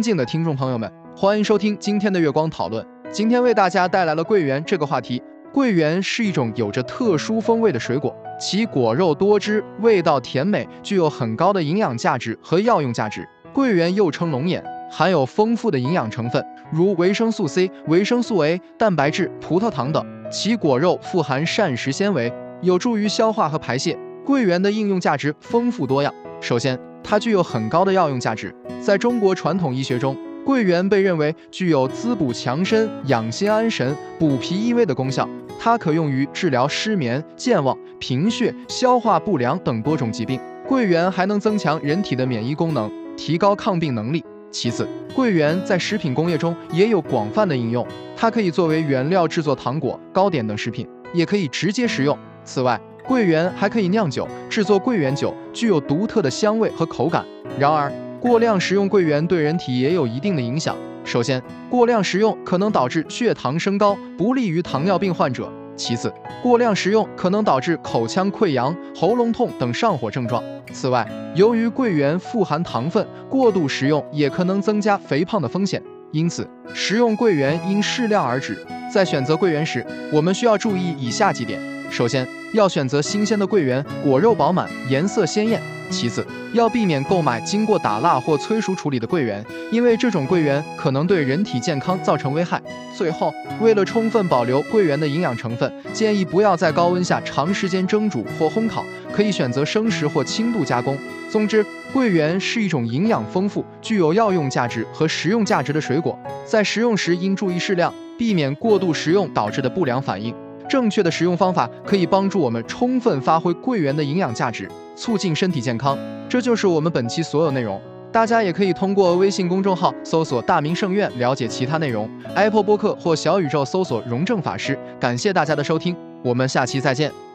尊敬的听众朋友们，欢迎收听今天的月光讨论。今天为大家带来了桂圆这个话题。桂圆是一种有着特殊风味的水果，其果肉多汁，味道甜美，具有很高的营养价值和药用价值。桂圆又称龙眼，含有丰富的营养成分，如维生素 C、维生素 A、蛋白质、葡萄糖等。其果肉富含膳食纤维，有助于消化和排泄。桂圆的应用价值丰富多样。首先，它具有很高的药用价值。在中国传统医学中，桂圆被认为具有滋补强身、养心安神、补脾益胃的功效。它可用于治疗失眠、健忘、贫血、消化不良等多种疾病。桂圆还能增强人体的免疫功能，提高抗病能力。其次，桂圆在食品工业中也有广泛的应用，它可以作为原料制作糖果、糕点等食品，也可以直接食用。此外，桂圆还可以酿酒，制作桂圆酒，具有独特的香味和口感。然而，过量食用桂圆对人体也有一定的影响。首先，过量食用可能导致血糖升高，不利于糖尿病患者。其次，过量食用可能导致口腔溃疡、喉咙痛等上火症状。此外，由于桂圆富含糖分，过度食用也可能增加肥胖的风险。因此，食用桂圆应适量而止。在选择桂圆时，我们需要注意以下几点。首先，要选择新鲜的桂圆，果肉饱满，颜色鲜艳。其次，要避免购买经过打蜡或催熟处理的桂圆，因为这种桂圆可能对人体健康造成危害。最后，为了充分保留桂圆的营养成分，建议不要在高温下长时间蒸煮或烘烤，可以选择生食或轻度加工。总之，桂圆是一种营养丰富、具有药用价值和食用价值的水果，在食用时应注意适量，避免过度食用导致的不良反应。正确的食用方法可以帮助我们充分发挥桂圆的营养价值，促进身体健康。这就是我们本期所有内容。大家也可以通过微信公众号搜索大明圣院了解其他内容， Apple 播客或小宇宙搜索荣正法师。感谢大家的收听，我们下期再见。